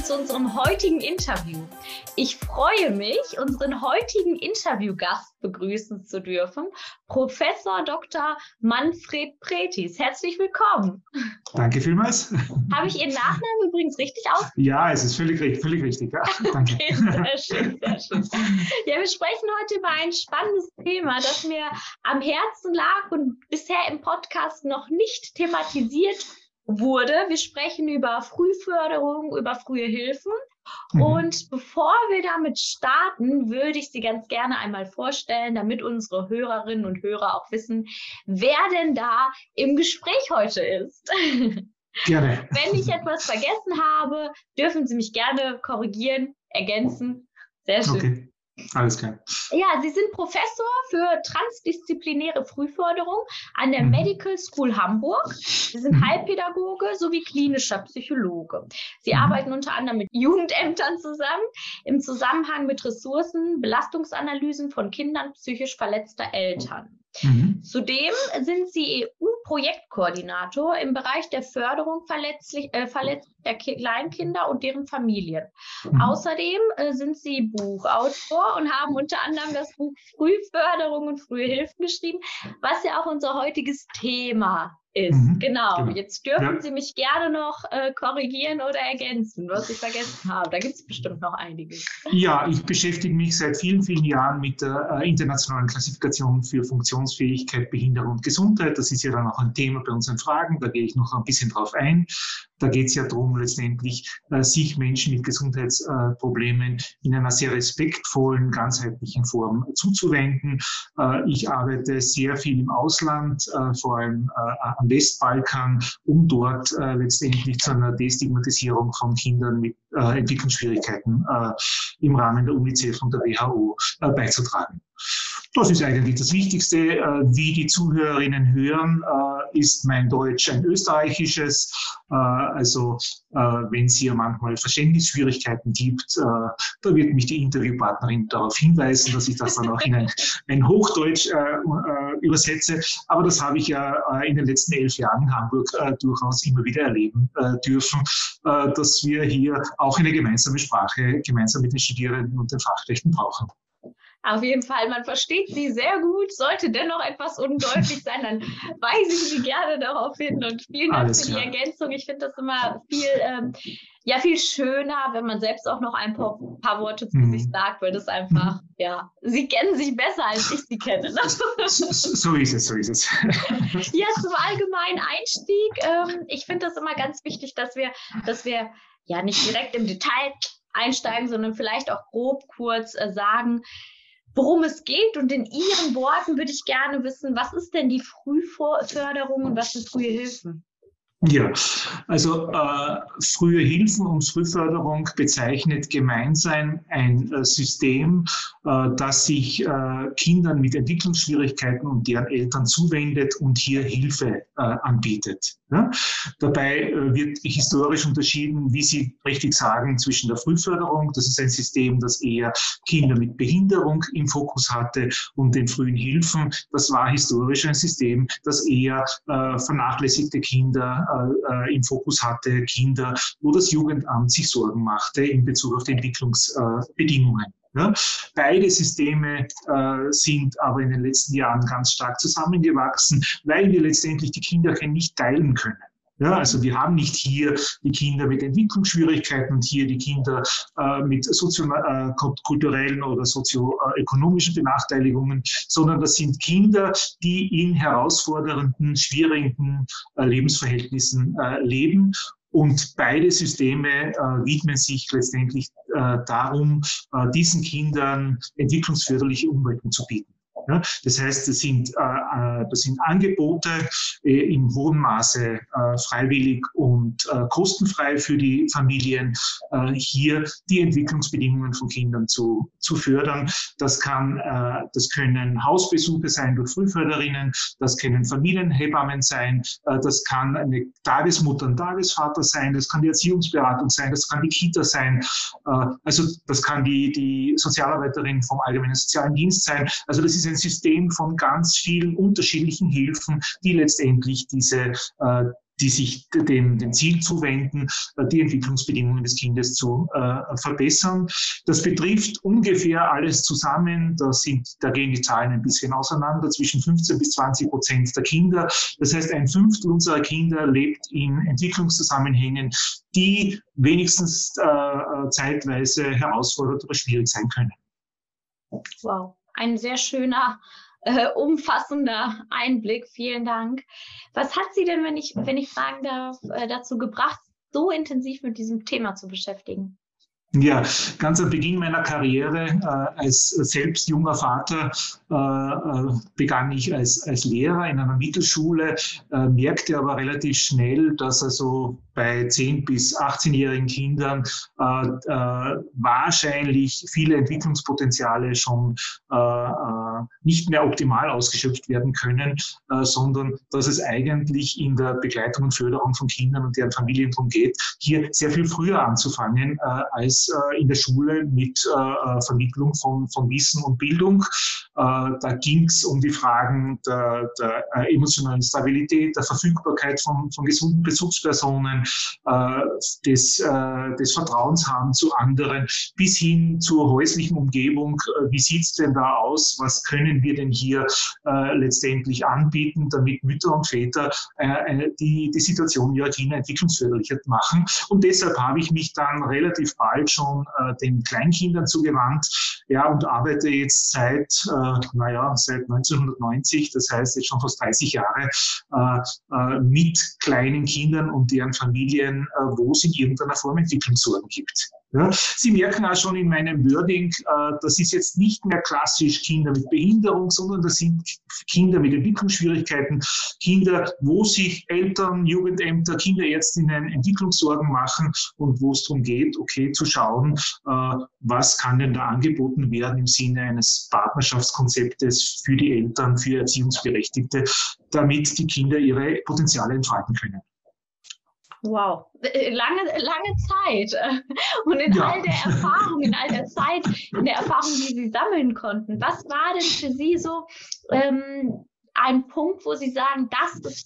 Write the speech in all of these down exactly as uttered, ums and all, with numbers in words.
willkommen zu unserem heutigen Interview. Ich freue mich, unseren heutigen Interviewgast begrüßen zu dürfen, Professor Doktor Manfred Pretis. Herzlich willkommen. Danke vielmals. Habe ich Ihren Nachnamen übrigens richtig aus? Ja, es ist völlig, völlig richtig. Ja, danke. Okay, sehr schön, sehr schön. Ja, wir sprechen heute über ein spannendes Thema, das mir am Herzen lag und bisher im Podcast noch nicht thematisiert wurde. Wir sprechen über Frühförderung, über frühe Hilfen. Mhm. Und bevor wir damit starten, würde ich Sie ganz gerne einmal vorstellen, damit unsere Hörerinnen und Hörer auch wissen, wer denn da im Gespräch heute ist. Gerne. Wenn ich etwas vergessen habe, dürfen Sie mich gerne korrigieren, ergänzen. Sehr schön. Okay. Alles klar. Ja, Sie sind Professor für transdisziplinäre Frühförderung an der mhm. Medical School Hamburg. Sie sind mhm. Heilpädagoge sowie klinischer Psychologe. Sie mhm. arbeiten unter anderem mit Jugendämtern zusammen im Zusammenhang mit Ressourcen, Belastungsanalysen von Kindern psychisch verletzter Eltern. Mhm. Zudem sind Sie E U-Projektkoordinator im Bereich der Förderung verletzlich, äh, verletzter Kleinkinder und deren Familien. Mhm. Außerdem äh, sind Sie Buchautor und haben unter anderem das Buch Frühförderung und frühe Hilfen geschrieben, was ja auch unser heutiges Thema ist. Mhm. Genau. genau. Jetzt dürfen ja. Sie mich gerne noch äh, korrigieren oder ergänzen, was ich vergessen habe. Da gibt es bestimmt noch einiges. Ja, ich beschäftige mich seit vielen, vielen Jahren mit der äh, internationalen Klassifikation für Funktionsfähigkeit, Behinderung und Gesundheit. Das ist ja dann auch ein Thema bei unseren Fragen. Da gehe ich noch ein bisschen drauf ein. Da geht es ja darum, letztendlich äh, sich Menschen mit Gesundheitsproblemen äh, in einer sehr respektvollen, ganzheitlichen Form zuzuwenden. Äh, ich arbeite sehr viel im Ausland, äh, vor allem äh, am Westbalkan, um dort äh, letztendlich zu einer Destigmatisierung von Kindern mit äh, Entwicklungsschwierigkeiten äh, im Rahmen der UNICEF und der W H O äh, beizutragen. Das ist eigentlich das Wichtigste. Wie die Zuhörerinnen hören, ist mein Deutsch ein österreichisches. Also wenn es hier manchmal Verständnisschwierigkeiten gibt, da wird mich die Interviewpartnerin darauf hinweisen, dass ich das dann auch in ein, ein Hochdeutsch übersetze. Aber das habe ich ja in den letzten elf Jahren in Hamburg durchaus immer wieder erleben dürfen, dass wir hier auch eine gemeinsame Sprache gemeinsam mit den Studierenden und den Fachkräften brauchen. Auf jeden Fall, man versteht Sie sehr gut. Sollte dennoch etwas undeutlich sein, dann weise ich Sie gerne darauf hin. Und vielen Dank Alles für die klar. Ergänzung. Ich finde das immer viel, ähm, ja, viel schöner, wenn man selbst auch noch ein paar, paar Worte zu mhm. sich sagt, weil das einfach, mhm. ja, Sie kennen sich besser, als ich Sie kenne. Ne? So ist es, so ist es. Ja, zum allgemeinen Einstieg. Ähm, ich finde das immer ganz wichtig, dass wir, dass wir ja nicht direkt im Detail einsteigen, sondern vielleicht auch grob kurz äh, sagen, worum es geht. Und in Ihren Worten würde ich gerne wissen, was ist denn die Frühförderung und was sind frühe Hilfen? Ja, also äh, frühe Hilfen und Frühförderung bezeichnet gemeinsam ein äh, System, äh, das sich äh, Kindern mit Entwicklungsschwierigkeiten und deren Eltern zuwendet und hier Hilfe äh, anbietet. Ja? Dabei äh, wird historisch unterschieden, wie Sie richtig sagen, zwischen der Frühförderung, das ist ein System, das eher Kinder mit Behinderung im Fokus hatte, und den frühen Hilfen, das war historisch ein System, das eher äh, vernachlässigte Kinder äh, im Fokus hatte, Kinder, wo das Jugendamt sich Sorgen machte in Bezug auf die Entwicklungsbedingungen. Äh, ja. Beide Systeme äh, sind aber in den letzten Jahren ganz stark zusammengewachsen, weil wir letztendlich die Kinder nicht teilen können. Ja, also wir haben nicht hier die Kinder mit Entwicklungsschwierigkeiten und hier die Kinder äh, mit soziokulturellen äh, oder sozioökonomischen Benachteiligungen, sondern das sind Kinder, die in herausfordernden, schwierigen äh, Lebensverhältnissen äh, leben. Und beide Systeme äh, widmen sich letztendlich äh, darum, äh, diesen Kindern entwicklungsförderliche Umwelten zu bieten. Ja, das heißt, das sind, äh, das sind Angebote äh, in hohem Maße äh, freiwillig und äh, kostenfrei für die Familien, äh, hier die Entwicklungsbedingungen von Kindern zu, zu fördern. Das kann, äh, das können Hausbesuche sein durch Frühförderinnen, das können Familienhebammen sein, äh, das kann eine Tagesmutter und Tagesvater sein, das kann die Erziehungsberatung sein, das kann die Kita sein, äh, also das kann die, die Sozialarbeiterin vom Allgemeinen Sozialen Dienst sein. Also das ist ein System von ganz vielen unterschiedlichen Hilfen, die letztendlich diese, äh, die sich dem, dem Ziel zuwenden, die Entwicklungsbedingungen des Kindes zu äh, verbessern. Das betrifft ungefähr alles zusammen. Da, sind, da gehen die Zahlen ein bisschen auseinander, zwischen fünfzehn bis zwanzig Prozent der Kinder. Das heißt, ein Fünftel unserer Kinder lebt in Entwicklungszusammenhängen, die wenigstens äh, zeitweise herausfordernd oder schwierig sein können. Wow, ein sehr schöner Äh, umfassender Einblick. Vielen Dank. Was hat Sie denn, wenn ich, wenn ich fragen darf, äh, dazu gebracht, so intensiv mit diesem Thema zu beschäftigen? Ja, ganz am Beginn meiner Karriere äh, als selbst junger Vater äh, begann ich als, als Lehrer in einer Mittelschule, äh, merkte aber relativ schnell, dass also bei zehn- bis achtzehnjährigen Kindern äh, äh, wahrscheinlich viele Entwicklungspotenziale schon äh, äh, nicht mehr optimal ausgeschöpft werden können, äh, sondern dass es eigentlich in der Begleitung und Förderung von Kindern und deren Familien darum geht, hier sehr viel früher anzufangen äh, als äh, in der Schule mit äh, Vermittlung von, von Wissen und Bildung. Äh, da ging es um die Fragen der, der äh, emotionalen Stabilität, der Verfügbarkeit von, von gesunden Bezugspersonen, äh, des, äh, des Vertrauens haben zu anderen, bis hin zur häuslichen Umgebung. Äh, wie sieht es denn da aus? Was können wir denn hier äh, letztendlich anbieten, damit Mütter und Väter äh, die, die Situation ihrer Kinder entwicklungsförderlicher machen? Und deshalb habe ich mich dann relativ bald schon äh, den Kleinkindern zugewandt, ja, und arbeite jetzt seit, äh, naja, seit neunzehnhundertneunzig, das heißt jetzt schon fast dreißig Jahre, äh, äh, mit kleinen Kindern und deren Familien, äh, wo es in irgendeiner Form Entwicklungssorgen gibt. Ja, Sie merken auch schon in meinem Wording, äh, das ist jetzt nicht mehr klassisch Kinder mit Behinderung, sondern das sind Kinder mit Entwicklungsschwierigkeiten, Kinder, wo sich Eltern, Jugendämter, Kinderärztinnen Entwicklungssorgen machen und wo es darum geht, okay, zu schauen, äh, was kann denn da angeboten werden im Sinne eines Partnerschaftskonzeptes für die Eltern, für Erziehungsberechtigte, damit die Kinder ihre Potenziale entfalten können. Wow, lange, lange Zeit. Und in ja. all der Erfahrung, in all der Zeit, in der Erfahrung, die Sie sammeln konnten, was war denn für Sie so ähm, ein Punkt, wo Sie sagen, das ist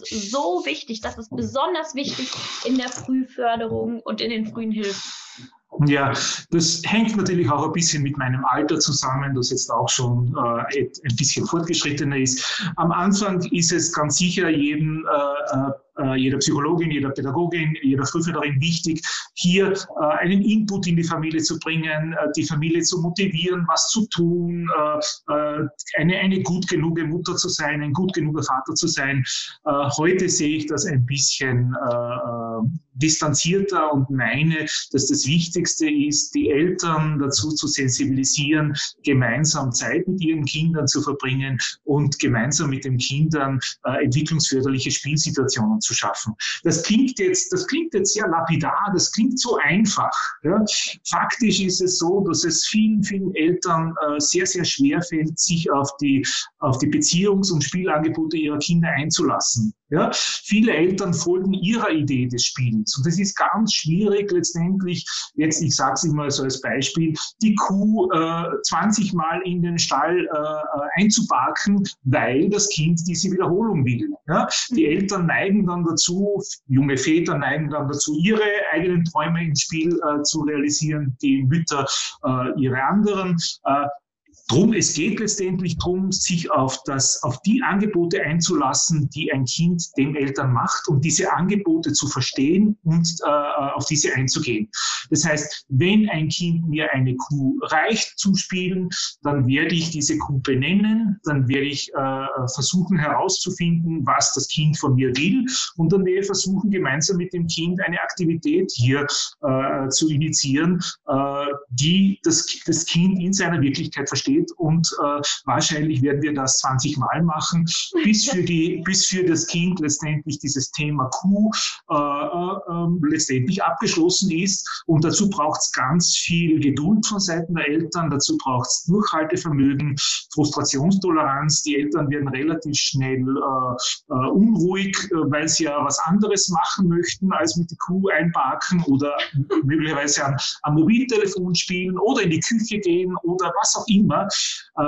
so wichtig, das ist besonders wichtig in der Frühförderung und in den frühen Hilfen? Ja, das hängt natürlich auch ein bisschen mit meinem Alter zusammen, das jetzt auch schon äh, ein bisschen fortgeschrittener ist. Am Anfang ist es ganz sicher jedem äh, äh, jeder Psychologin, jeder Pädagogin, jeder Frühförderin wichtig, hier äh, einen Input in die Familie zu bringen, äh, die Familie zu motivieren, was zu tun, äh, äh, eine, eine gut genug Mutter zu sein, ein gut genuger Vater zu sein. Äh, heute sehe ich das ein bisschen äh, distanzierter und meine, dass das Wichtigste ist, die Eltern dazu zu sensibilisieren, gemeinsam Zeit mit ihren Kindern zu verbringen und gemeinsam mit den Kindern äh, entwicklungsförderliche Spielsituationen zu schaffen. Das klingt jetzt, das klingt jetzt sehr lapidar, das klingt so einfach. Ja. Faktisch ist es so, dass es vielen, vielen Eltern äh, sehr, sehr schwer fällt, sich auf die, auf die Beziehungs- und Spielangebote ihrer Kinder einzulassen. Ja. Viele Eltern folgen ihrer Idee des Spielens und es ist ganz schwierig letztendlich, jetzt ich sage es immer so als Beispiel, die Kuh äh, zwanzig Mal in den Stall äh, einzuparken, weil das Kind diese Wiederholung will. Ja. Die Eltern neigen dann dazu, junge Väter neigen dann dazu, ihre eigenen Träume ins Spiel äh, zu realisieren, die Mütter äh, ihre anderen. Äh, Drum, es geht letztendlich darum, sich auf, das, auf die Angebote einzulassen, die ein Kind dem Eltern macht und diese Angebote zu verstehen und äh, auf diese einzugehen. Das heißt, wenn ein Kind mir eine Kuh reicht zum Spielen, dann werde ich diese Kuh benennen, dann werde ich äh, versuchen herauszufinden, was das Kind von mir will und dann werde ich versuchen, gemeinsam mit dem Kind eine Aktivität hier äh, zu initiieren, äh, die das, das Kind in seiner Wirklichkeit versteht. Und äh, wahrscheinlich werden wir das zwanzig Mal machen, bis für, die, bis für das Kind letztendlich dieses Thema Kuh äh, äh, letztendlich abgeschlossen ist. Und dazu braucht es ganz viel Geduld von Seiten der Eltern, dazu braucht es Durchhaltevermögen, Frustrationstoleranz. Die Eltern werden relativ schnell äh, äh, unruhig, äh, weil sie ja was anderes machen möchten, als mit der Kuh einparken oder möglicherweise am, am Mobiltelefon spielen oder in die Küche gehen oder was auch immer.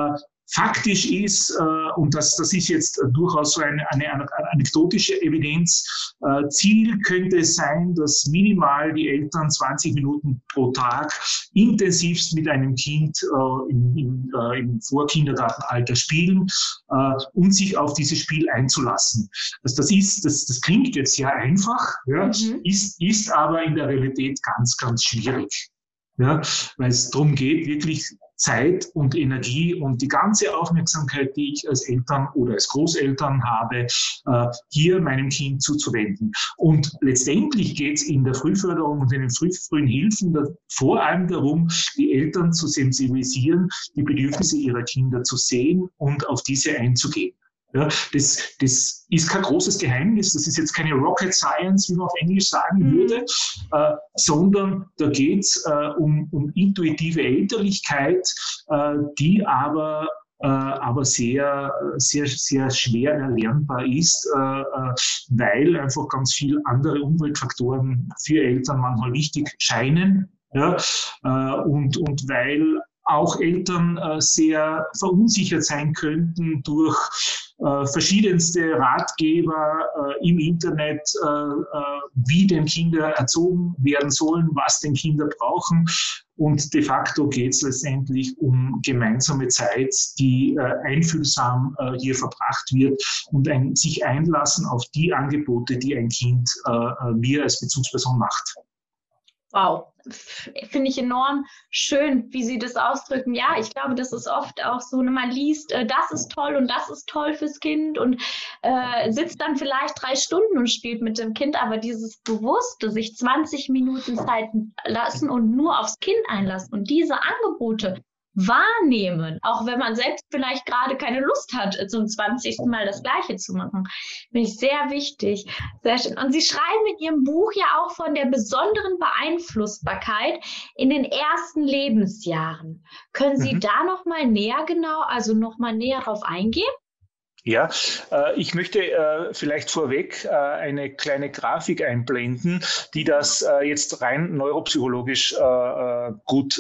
Faktisch ist, äh, und das, das ist jetzt durchaus so eine, eine, eine anekdotische Evidenz, äh, Ziel könnte es sein, dass minimal die Eltern zwanzig Minuten pro Tag intensivst mit einem Kind äh, im, im, äh, im Vorkindergartenalter spielen äh, und sich auf dieses Spiel einzulassen. Also das, ist, das, das klingt jetzt sehr einfach, ja, mhm. ist, ist aber in der Realität ganz, ganz schwierig. Ja, weil es darum geht, wirklich Zeit und Energie und die ganze Aufmerksamkeit, die ich als Eltern oder als Großeltern habe, äh, hier meinem Kind zuzuwenden. Und letztendlich geht es in der Frühförderung und in den früh, frühen Hilfen da, vor allem darum, die Eltern zu sensibilisieren, die Bedürfnisse ihrer Kinder zu sehen und auf diese einzugehen. Ja, das, das ist kein großes Geheimnis, das ist jetzt keine Rocket Science, wie man auf Englisch sagen mhm. würde, äh, sondern da geht es äh, um, um intuitive Elterlichkeit, äh, die aber, äh, aber sehr, sehr, sehr schwer erlernbar ist, äh, weil einfach ganz viele andere Umweltfaktoren für Eltern manchmal wichtig scheinen. Ja, äh, und, und weil auch Eltern äh, sehr verunsichert sein könnten durch äh, verschiedenste Ratgeber äh, im Internet, äh, äh, wie denn Kinder erzogen werden sollen, was denn Kinder brauchen. Und de facto geht es letztendlich um gemeinsame Zeit, die äh, einfühlsam äh, hier verbracht wird und ein, sich einlassen auf die Angebote, die ein Kind äh, mir als Bezugsperson macht. Wow, finde ich enorm schön, wie Sie das ausdrücken. Ja, ich glaube, das ist oft auch so, man liest, äh, das ist toll und das ist toll fürs Kind und äh, sitzt dann vielleicht drei Stunden und spielt mit dem Kind, aber dieses Bewusste, sich zwanzig Minuten Zeit lassen und nur aufs Kind einlassen und diese Angebote wahrnehmen, auch wenn man selbst vielleicht gerade keine Lust hat, zum zwanzigsten Mal das Gleiche zu machen. Finde ich sehr wichtig. Sehr schön. Und Sie schreiben in Ihrem Buch ja auch von der besonderen Beeinflussbarkeit in den ersten Lebensjahren. Können Sie mhm. da noch mal näher genau, also noch mal näher drauf eingehen? Ja, äh, ich möchte äh, vielleicht vorweg äh, eine kleine Grafik einblenden, die das äh, jetzt rein neuropsychologisch äh, gut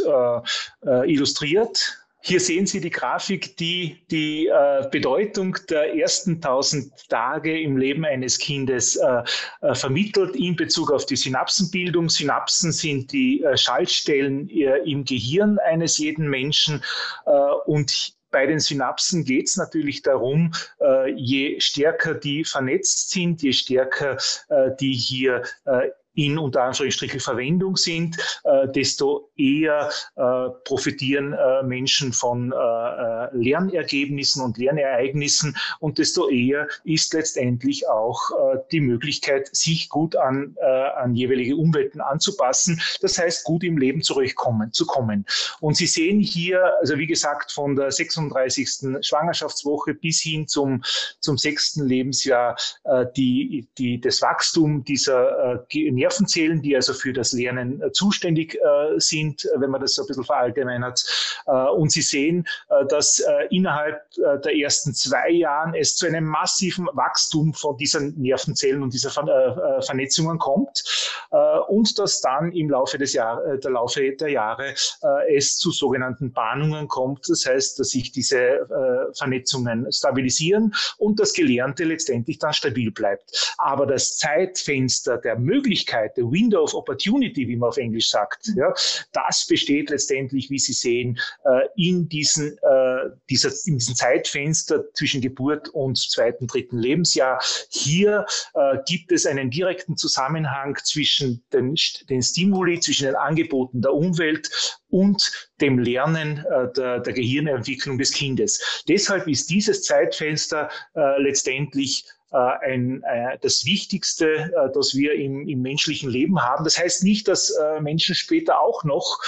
äh, illustriert. Hier sehen Sie die Grafik, die die äh, Bedeutung der ersten tausend Tage im Leben eines Kindes äh, äh, vermittelt in Bezug auf die Synapsenbildung. Synapsen sind die äh, Schaltstellen äh, im Gehirn eines jeden Menschen äh, und bei den Synapsen geht es natürlich darum, äh, je stärker die vernetzt sind, je stärker äh, die hier äh, in unter Anführungsstrichen Verwendung sind, äh, desto eher äh, profitieren äh, Menschen von äh, Lernergebnissen und Lernereignissen und desto eher ist letztendlich auch äh, die Möglichkeit, sich gut an, äh, an jeweilige Umwelten anzupassen. Das heißt, gut im Leben zurückkommen, zu kommen. Und Sie sehen hier, also wie gesagt, von der sechsunddreißigsten Schwangerschaftswoche bis hin zum, zum sechsten Lebensjahr äh, die, die, das Wachstum dieser äh, Nervenzellen, die also für das Lernen äh, zuständig äh, sind, wenn man das so ein bisschen verallgemeinert. Äh, und Sie sehen, äh, dass äh, innerhalb äh, der ersten zwei Jahren es zu einem massiven Wachstum von diesen Nervenzellen und dieser Ver äh, Vernetzungen kommt äh, und dass dann im Laufe des Jahr, äh, der Laufe der Jahre äh, es zu sogenannten Bahnungen kommt. Das heißt, dass sich diese äh, Vernetzungen stabilisieren und das Gelernte letztendlich dann stabil bleibt. Aber das Zeitfenster der Möglichkeit, the window of opportunity, wie man auf Englisch sagt, ja, das besteht letztendlich, wie Sie sehen, in, diesen, dieser, in diesem Zeitfenster zwischen Geburt und zweiten, dritten Lebensjahr. Hier gibt es einen direkten Zusammenhang zwischen den, den Stimuli, zwischen den Angeboten der Umwelt und dem Lernen äh, der, der Gehirnentwicklung des Kindes. Deshalb ist dieses Zeitfenster äh, letztendlich äh, ein, äh, das Wichtigste, äh, das wir im, im menschlichen Leben haben. Das heißt nicht, dass äh, Menschen später auch noch,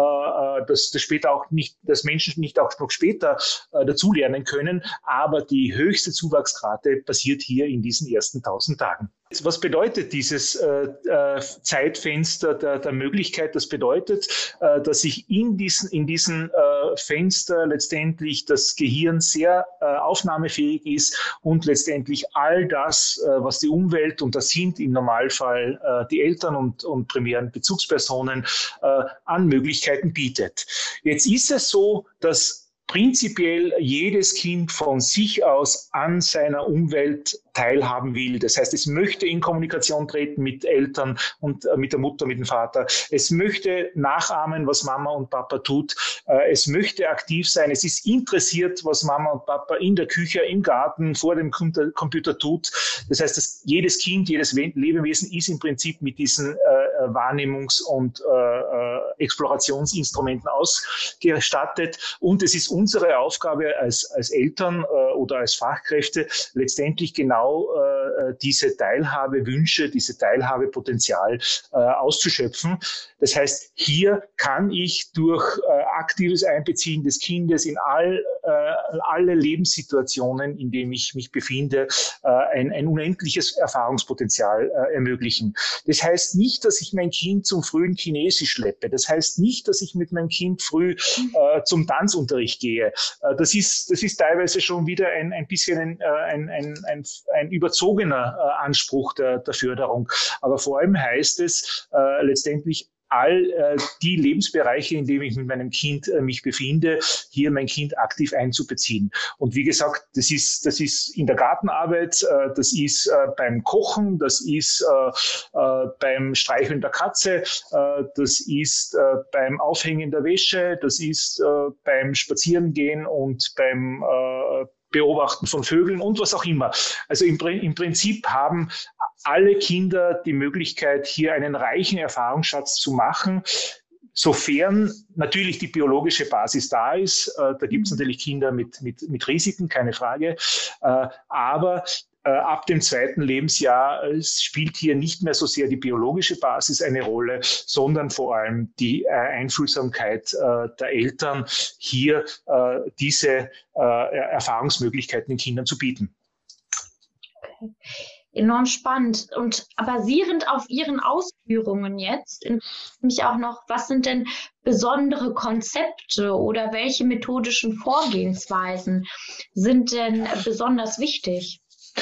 äh, dass, dass später auch nicht, dass Menschen nicht auch noch später äh, dazulernen können, aber die höchste Zuwachsrate passiert hier in diesen ersten tausend Tagen. Was bedeutet dieses äh, äh, Zeitfenster der, der Möglichkeit? Das bedeutet, äh, dass sich in diesen, in diesen äh, Fenster letztendlich das Gehirn sehr äh, aufnahmefähig ist und letztendlich all das, äh, was die Umwelt, und das sind im Normalfall äh, die Eltern und, und primären Bezugspersonen, äh, an Möglichkeiten bietet. Jetzt ist es so, dass prinzipiell jedes Kind von sich aus an seiner Umwelt teilhaben will. Das heißt, es möchte in Kommunikation treten mit Eltern und äh, mit der Mutter, mit dem Vater. Es möchte nachahmen, was Mama und Papa tut. Äh, es möchte aktiv sein. Es ist interessiert, was Mama und Papa in der Küche, im Garten, vor dem Computer, Computer tut. Das heißt, dass jedes Kind, jedes Lebewesen ist im Prinzip mit diesen äh, Wahrnehmungs- und äh, Explorationsinstrumenten ausgestattet. Und es ist unsere Aufgabe als, als Eltern äh, oder als Fachkräfte, letztendlich genau äh, diese Teilhabewünsche, diese Teilhabepotenzial äh, auszuschöpfen. Das heißt, hier kann ich durch äh, aktives Einbeziehen des Kindes in all, äh, alle Lebenssituationen, in denen ich mich befinde, äh, ein, ein unendliches Erfahrungspotenzial äh, ermöglichen. Das heißt nicht, dass ich mein Kind zum frühen Chinesisch schleppe. Das heißt nicht, dass ich mit meinem Kind früh äh, zum Tanzunterricht gehe. Äh, das ist, das ist teilweise schon wieder ein, ein bisschen ein, ein, ein, ein, ein überzogener äh, Anspruch der, der Förderung. Aber vor allem heißt es äh, letztendlich, all äh, die Lebensbereiche, in denen ich mit meinem Kind äh, mich befinde, hier mein Kind aktiv einzubeziehen. Und wie gesagt, das ist, das ist in der Gartenarbeit, äh, das ist äh, beim Kochen, das ist äh, äh, beim Streicheln der Katze, äh, das ist äh, beim Aufhängen der Wäsche, das ist äh, beim Spazierengehen und beim äh, Beobachten von Vögeln und was auch immer. Also im, im Prinzip haben alle Kinder die Möglichkeit, hier einen reichen Erfahrungsschatz zu machen, sofern natürlich die biologische Basis da ist. Äh, da gibt es natürlich Kinder mit, mit, mit Risiken, keine Frage. Äh, aber äh, ab dem zweiten Lebensjahr äh, spielt hier nicht mehr so sehr die biologische Basis eine Rolle, sondern vor allem die äh, Einfühlsamkeit äh, der Eltern, hier äh, diese äh, Erfahrungsmöglichkeiten den Kindern zu bieten. Okay. Enorm spannend. Und basierend auf Ihren Ausführungen jetzt, mich auch noch, was sind denn besondere Konzepte oder welche methodischen Vorgehensweisen sind denn besonders wichtig?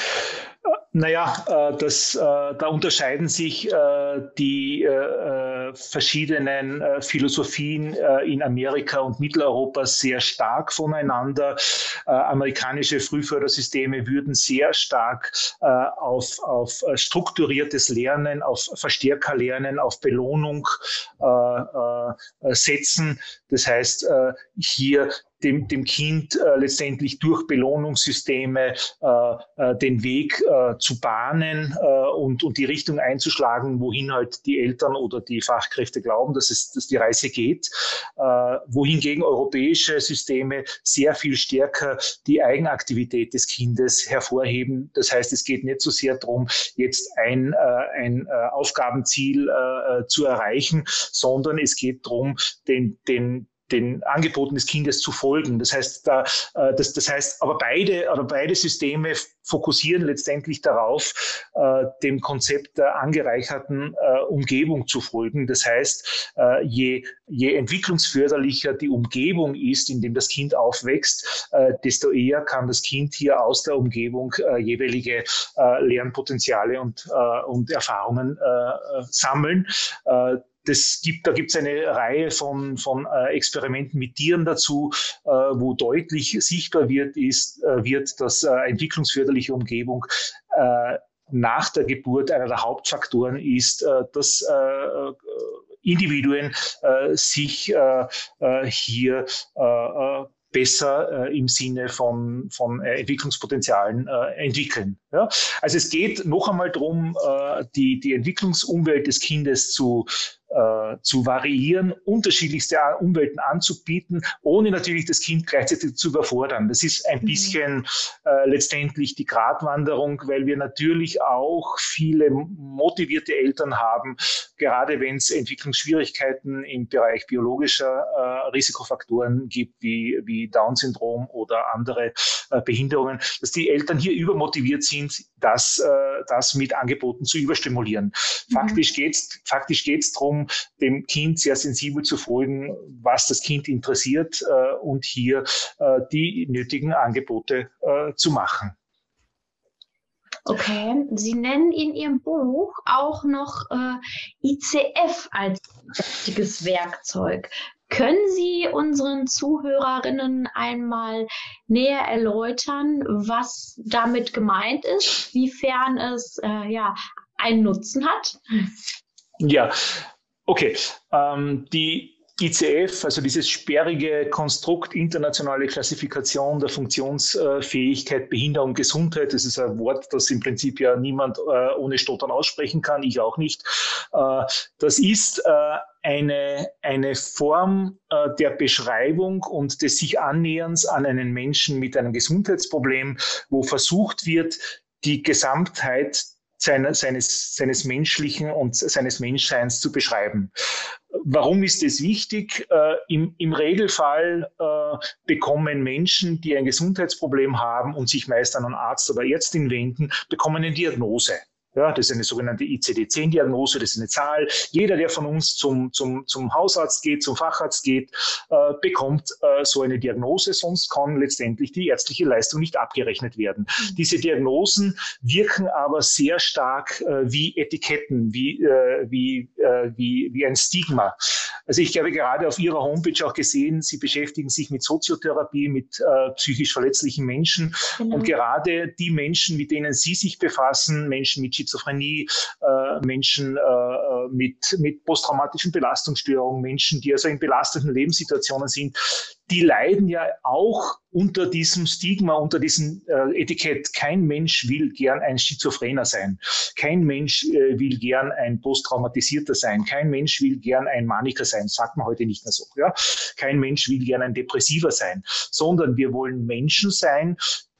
Naja, äh, das, äh, da unterscheiden sich äh, die äh, verschiedenen äh, Philosophien äh, in Amerika und Mitteleuropa sehr stark voneinander. Äh, amerikanische Frühfördersysteme würden sehr stark äh, auf, auf strukturiertes Lernen, auf Verstärkerlernen, auf Belohnung äh, äh, setzen. Das heißt, äh, hier Dem, dem Kind äh, letztendlich durch Belohnungssysteme äh, äh, den Weg äh, zu bahnen äh, und, und die Richtung einzuschlagen, wohin halt die Eltern oder die Fachkräfte glauben, dass es dass die Reise geht. Äh, wohingegen europäische Systeme sehr viel stärker die Eigenaktivität des Kindes hervorheben. Das heißt, es geht nicht so sehr darum, jetzt ein, äh, ein äh, Aufgabenziel äh, zu erreichen, sondern es geht darum, den, den den Angeboten des Kindes zu folgen. Das heißt, da, äh, das, das heißt, aber beide, oder beide Systeme fokussieren letztendlich darauf, äh, dem Konzept der angereicherten äh, Umgebung zu folgen. Das heißt, äh, je, je entwicklungsförderlicher die Umgebung ist, in dem das Kind aufwächst, äh, desto eher kann das Kind hier aus der Umgebung äh, jeweilige äh, Lernpotenziale und, äh, und Erfahrungen äh, sammeln. Äh, Das gibt, da gibt es eine Reihe von, von äh, Experimenten mit Tieren dazu, äh, wo deutlich sichtbar wird, ist, äh, wird, dass äh, entwicklungsförderliche Umgebung äh, nach der Geburt einer der Hauptfaktoren ist, äh, dass äh, Individuen äh, sich äh, äh, hier äh, besser äh, im Sinne von, von äh, Entwicklungspotenzialen äh, entwickeln. Ja? Also es geht noch einmal darum, äh, die, die Entwicklungsumwelt des Kindes zu äh, zu variieren, unterschiedlichste Umwelten anzubieten, ohne natürlich das Kind gleichzeitig zu überfordern. Das ist ein mhm. bisschen äh, letztendlich die Gratwanderung, weil wir natürlich auch viele motivierte Eltern haben, gerade wenn es Entwicklungsschwierigkeiten im Bereich biologischer äh, Risikofaktoren gibt, wie, wie Down-Syndrom oder andere äh, Behinderungen, dass die Eltern hier übermotiviert sind, das, äh, das mit Angeboten zu überstimulieren. Mhm. Faktisch geht's, faktisch geht's darum, dem Kind sehr sensibel zu folgen, was das Kind interessiert äh, und hier äh, die nötigen Angebote äh, zu machen. Okay, Sie nennen in Ihrem Buch auch noch äh, I C F als wichtiges Werkzeug. Können Sie unseren Zuhörerinnen einmal näher erläutern, was damit gemeint ist, wiefern es äh, ja, einen Nutzen hat? Ja, okay. Ähm, die I C F, also dieses sperrige Konstrukt internationale Klassifikation der Funktionsfähigkeit, Behinderung, Gesundheit, das ist ein Wort, das im Prinzip ja niemand äh, ohne Stottern aussprechen kann, ich auch nicht. Äh, das ist äh, eine, eine Form äh, der Beschreibung und des sich Annäherns an einen Menschen mit einem Gesundheitsproblem, wo versucht wird, die Gesamtheit seines, seines, seines menschlichen und seines Menschseins zu beschreiben. Warum ist es wichtig? Äh, im, Im Regelfall äh, bekommen Menschen, die ein Gesundheitsproblem haben und sich meist an einen Arzt oder Ärztin wenden, bekommen eine Diagnose. Ja, das ist eine sogenannte I C D zehn Diagnose, das ist eine Zahl. Jeder, der von uns zum, zum, zum Hausarzt geht, zum Facharzt geht, äh, bekommt äh, so eine Diagnose, sonst kann letztendlich die ärztliche Leistung nicht abgerechnet werden. Mhm. Diese Diagnosen wirken aber sehr stark äh, wie Etiketten, wie, äh, wie, äh, wie, wie ein Stigma. Also ich habe gerade auf Ihrer Homepage auch gesehen, Sie beschäftigen sich mit Soziotherapie, mit äh, psychisch verletzlichen Menschen. Genau. Und gerade die Menschen, mit denen Sie sich befassen, Menschen mit Schizophrenie, äh, Menschen äh, mit, mit posttraumatischen Belastungsstörungen, Menschen, die also in belastenden Lebenssituationen sind, die leiden ja auch unter diesem Stigma, unter diesem äh, Etikett. Kein Mensch will gern ein Schizophrener sein. Kein Mensch äh, will gern ein Posttraumatisierter sein. Kein Mensch will gern ein Maniker sein. Sagt man heute nicht mehr so. Ja? Kein Mensch will gern ein Depressiver sein. Sondern wir wollen Menschen sein,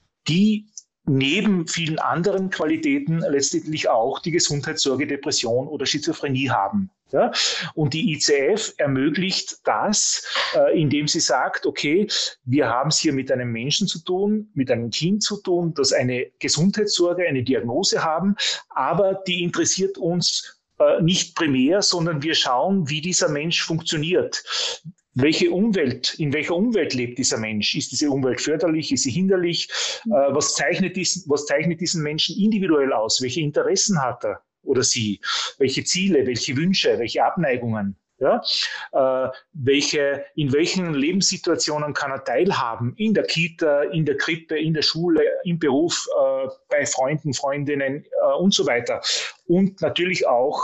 die neben vielen anderen Qualitäten letztendlich auch die Gesundheitssorge, Depression oder Schizophrenie haben. Ja? Und die I C F ermöglicht das, äh, indem sie sagt, okay, wir haben es hier mit einem Menschen zu tun, mit einem Kind zu tun, das eine Gesundheitssorge, eine Diagnose haben, aber die interessiert uns äh, nicht primär, sondern wir schauen, wie dieser Mensch funktioniert. Welche Umwelt, in welcher Umwelt lebt dieser Mensch? Ist diese Umwelt förderlich? Ist sie hinderlich? Mhm. Äh, was zeichnet diesen, was zeichnet diesen Menschen individuell aus? Welche Interessen hat er oder sie? Welche Ziele, welche Wünsche, welche Abneigungen? Ja? Äh, welche, in welchen Lebenssituationen kann er teilhaben? In der Kita, in der Krippe, in der Schule, im Beruf, äh, bei Freunden, Freundinnen äh, und so weiter. Und natürlich auch,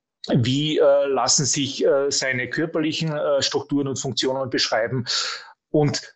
wie äh, lassen sich äh, seine körperlichen äh, Strukturen und Funktionen beschreiben. Und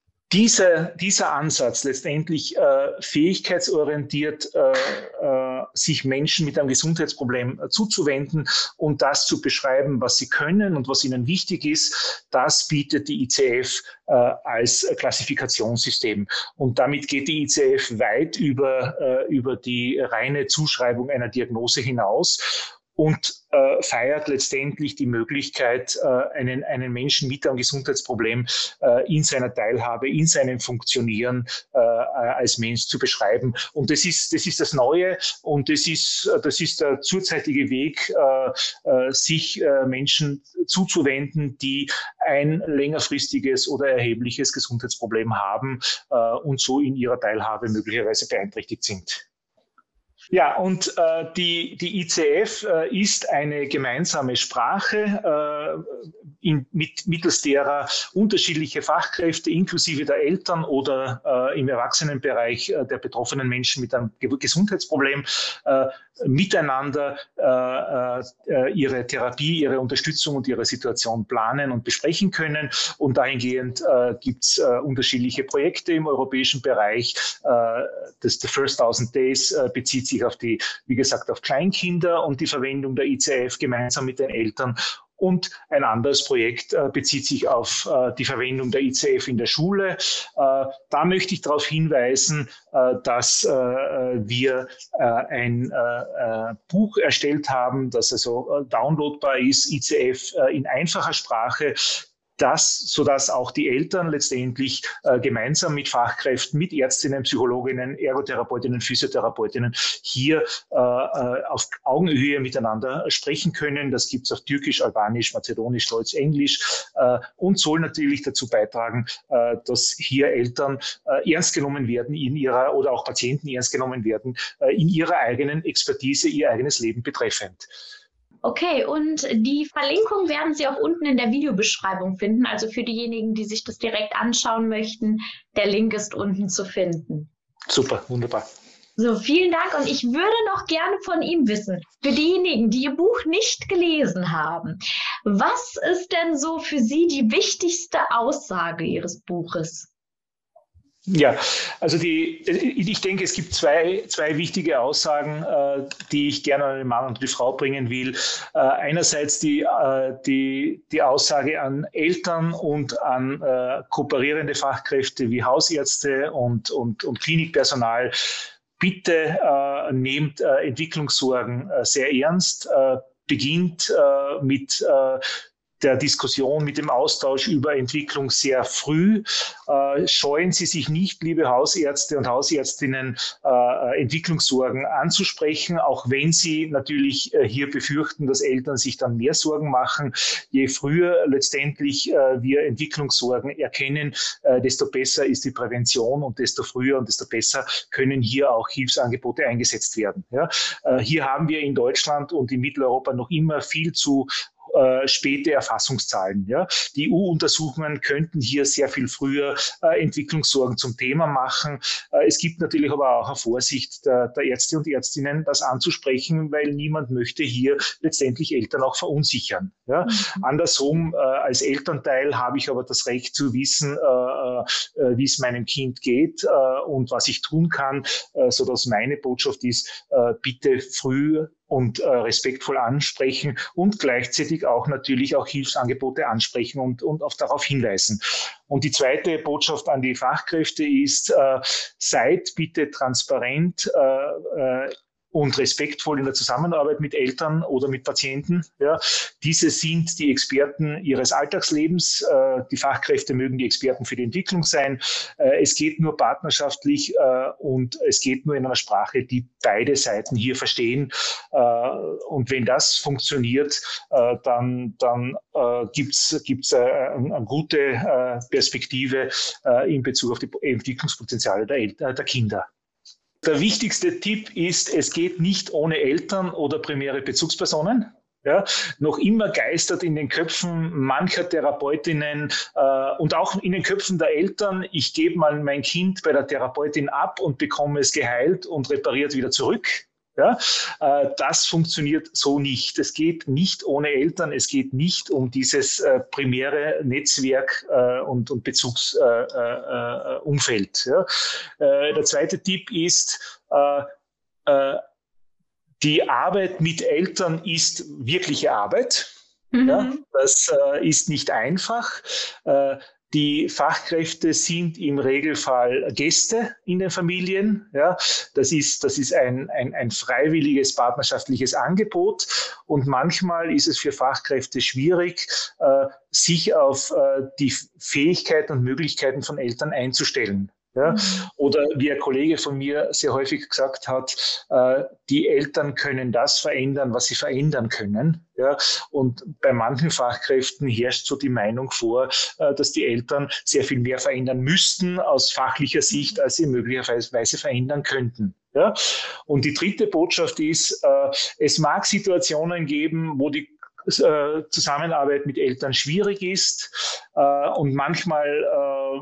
diese, dieser Ansatz, letztendlich äh, fähigkeitsorientiert äh, äh, sich Menschen mit einem Gesundheitsproblem äh, zuzuwenden und das zu beschreiben, was sie können und was ihnen wichtig ist, das bietet die I C F äh, als Klassifikationssystem. Und damit geht die I C F weit über, äh, über die reine Zuschreibung einer Diagnose hinaus und äh, feiert letztendlich die Möglichkeit, äh, einen, einen Menschen mit einem Gesundheitsproblem äh, in seiner Teilhabe, in seinem Funktionieren äh, als Mensch zu beschreiben. Und das ist das, ist das Neue und das ist, das ist der zurzeitige Weg, äh, äh, sich äh, Menschen zuzuwenden, die ein längerfristiges oder erhebliches Gesundheitsproblem haben äh, und so in ihrer Teilhabe möglicherweise beeinträchtigt sind. Ja, und äh, die, die I C F äh, ist eine gemeinsame Sprache, äh, in, mit, mittels derer unterschiedliche Fachkräfte inklusive der Eltern oder äh, im Erwachsenenbereich äh, der betroffenen Menschen mit einem Gesundheitsproblem äh, miteinander äh, äh, ihre Therapie, ihre Unterstützung und ihre Situation planen und besprechen können. Und dahingehend äh, gibt es äh, unterschiedliche Projekte im europäischen Bereich. Äh, das The First Thousand Days äh, bezieht sich auf die, wie gesagt, auf Kleinkinder und die Verwendung der I C F gemeinsam mit den Eltern. Und ein anderes Projekt äh, bezieht sich auf äh, die Verwendung der I C F in der Schule. Äh, da möchte ich darauf hinweisen, äh, dass äh, wir äh, ein äh, Buch erstellt haben, das also äh, downloadbar ist, I C F äh, in einfacher Sprache. das, sodass auch die Eltern letztendlich äh, gemeinsam mit Fachkräften, mit Ärztinnen, Psychologinnen, Ergotherapeutinnen, Physiotherapeutinnen hier äh, auf Augenhöhe miteinander sprechen können. Das gibt es auf Türkisch, Albanisch, Mazedonisch, Deutsch, Englisch äh, und soll natürlich dazu beitragen, äh, dass hier Eltern äh, ernst genommen werden in ihrer oder auch Patienten ernst genommen werden äh, in ihrer eigenen Expertise, ihr eigenes Leben betreffend. Okay, und die Verlinkung werden Sie auch unten in der Videobeschreibung finden. Also für diejenigen, die sich das direkt anschauen möchten, der Link ist unten zu finden. Super, wunderbar. So, vielen Dank. Und ich würde noch gerne von ihm wissen, für diejenigen, die Ihr Buch nicht gelesen haben, was ist denn so für Sie die wichtigste Aussage Ihres Buches? Ja, also die, ich denke, es gibt zwei, zwei wichtige Aussagen, äh, die ich gerne an den Mann und die Frau bringen will. Äh, einerseits die, äh, die, die Aussage an Eltern und an äh, kooperierende Fachkräfte wie Hausärzte und, und, und Klinikpersonal. Bitte äh, nehmt äh, Entwicklungssorgen äh, sehr ernst, äh, beginnt äh, mit äh, der Diskussion, mit dem Austausch über Entwicklung sehr früh. Äh, scheuen Sie sich nicht, liebe Hausärzte und Hausärztinnen, äh, Entwicklungssorgen anzusprechen, auch wenn Sie natürlich äh, hier befürchten, dass Eltern sich dann mehr Sorgen machen. Je früher letztendlich äh, wir Entwicklungssorgen erkennen, äh, desto besser ist die Prävention und desto früher und desto besser können hier auch Hilfsangebote eingesetzt werden. Ja? Äh, hier haben wir in Deutschland und in Mitteleuropa noch immer viel zu Äh, späte Erfassungszahlen. Ja. Die E U-Untersuchungen könnten hier sehr viel früher äh, Entwicklungssorgen zum Thema machen. Äh, es gibt natürlich aber auch eine Vorsicht der, der Ärzte und Ärztinnen, das anzusprechen, weil niemand möchte hier letztendlich Eltern auch verunsichern. Ja. Mhm. Andersrum, äh, als Elternteil habe ich aber das Recht zu wissen, äh, äh, wie es meinem Kind geht äh, und was ich tun kann, äh, sodass meine Botschaft ist, äh, bitte früh und äh, respektvoll ansprechen und gleichzeitig auch natürlich auch Hilfsangebote ansprechen und, und auf darauf hinweisen. Und die zweite Botschaft an die Fachkräfte ist, äh, seid bitte transparent äh, äh, und respektvoll in der Zusammenarbeit mit Eltern oder mit Patienten. Ja. Diese sind die Experten ihres Alltagslebens. Äh, die Fachkräfte mögen die Experten für die Entwicklung sein. Äh, es geht nur partnerschaftlich äh, und es geht nur in einer Sprache, die beide Seiten hier verstehen. Äh, und wenn das funktioniert, äh, dann, dann äh, gibt es gibt's, äh, eine, eine gute äh, Perspektive äh, in Bezug auf die Entwicklungspotenziale der, El- der Kinder. Der wichtigste Tipp ist, es geht nicht ohne Eltern oder primäre Bezugspersonen. Ja, noch immer geistert in den Köpfen mancher Therapeutinnen äh, und auch in den Köpfen der Eltern, ich gebe mal mein Kind bei der Therapeutin ab und bekomme es geheilt und repariert wieder zurück. Ja, äh, das funktioniert so nicht. Es geht nicht ohne Eltern, es geht nicht um dieses äh, primäre Netzwerk äh, und, und Bezugsumfeld. Äh, äh, ja. äh, der zweite Tipp ist, äh, äh, die Arbeit mit Eltern ist wirkliche Arbeit. Mhm. Ja, das äh, ist nicht einfach. Äh, Die Fachkräfte sind im Regelfall Gäste in den Familien. Ja, das ist, das ist ein, ein, ein freiwilliges partnerschaftliches Angebot. Und manchmal ist es für Fachkräfte schwierig, äh, sich auf äh, die Fähigkeiten und Möglichkeiten von Eltern einzustellen. Ja, oder wie ein Kollege von mir sehr häufig gesagt hat, äh, die Eltern können das verändern, was sie verändern können. Ja, und bei manchen Fachkräften herrscht so die Meinung vor, äh, dass die Eltern sehr viel mehr verändern müssten aus fachlicher Sicht, als sie möglicherweise verändern könnten. Ja, und die dritte Botschaft ist, äh, es mag Situationen geben, wo die äh, Zusammenarbeit mit Eltern schwierig ist äh, und manchmal äh,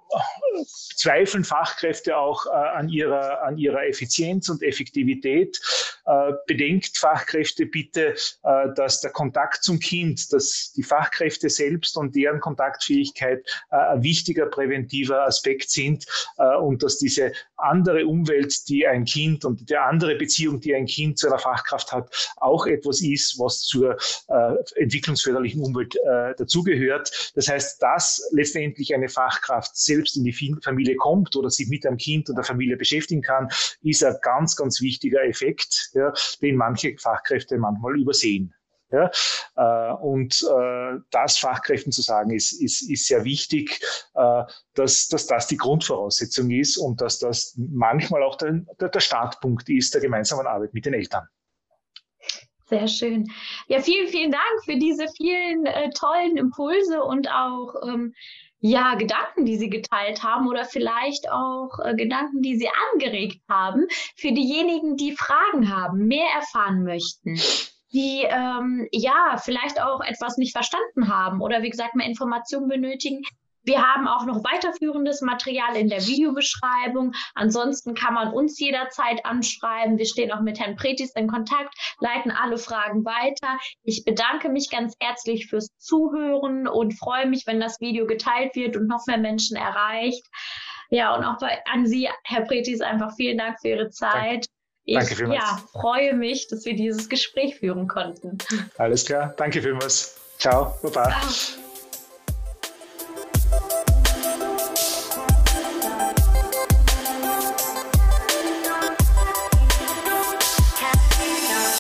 zweifeln Fachkräfte auch äh, an, ihrer, an ihrer Effizienz und Effektivität. Äh, bedenkt Fachkräfte bitte, äh, dass der Kontakt zum Kind, dass die Fachkräfte selbst und deren Kontaktfähigkeit äh, ein wichtiger präventiver Aspekt sind äh, und dass diese andere Umwelt, die ein Kind und die andere Beziehung, die ein Kind zu einer Fachkraft hat, auch etwas ist, was zur äh, entwicklungsförderlichen Umwelt äh, dazugehört. Das heißt, dass letztendlich eine Fachkraft selbst in die Familie kommt oder sich mit einem Kind und der Familie beschäftigen kann, ist ein ganz, ganz wichtiger Effekt, ja, den manche Fachkräfte manchmal übersehen. Ja? Äh, und äh, das Fachkräften zu sagen, ist, ist, ist sehr wichtig, äh, dass, dass das die Grundvoraussetzung ist und dass das manchmal auch der, der Startpunkt ist der gemeinsamen Arbeit mit den Eltern. Sehr schön. Ja, vielen, vielen Dank für diese vielen äh, tollen Impulse und auch ähm, ja, Gedanken, die Sie geteilt haben oder vielleicht auch äh, Gedanken, die Sie angeregt haben. Für diejenigen, die Fragen haben, mehr erfahren möchten, die ähm, ja vielleicht auch etwas nicht verstanden haben oder wie gesagt mehr Informationen benötigen. Wir haben auch noch weiterführendes Material in der Videobeschreibung. Ansonsten kann man uns jederzeit anschreiben. Wir stehen auch mit Herrn Pretis in Kontakt, leiten alle Fragen weiter. Ich bedanke mich ganz herzlich fürs Zuhören und freue mich, wenn das Video geteilt wird und noch mehr Menschen erreicht. Ja, und auch bei, an Sie, Herr Pretis, einfach vielen Dank für Ihre Zeit. Danke. Ich Danke ja, freue mich, dass wir dieses Gespräch führen konnten. Alles klar. Danke vielmals. Ciao. Baba. Ciao.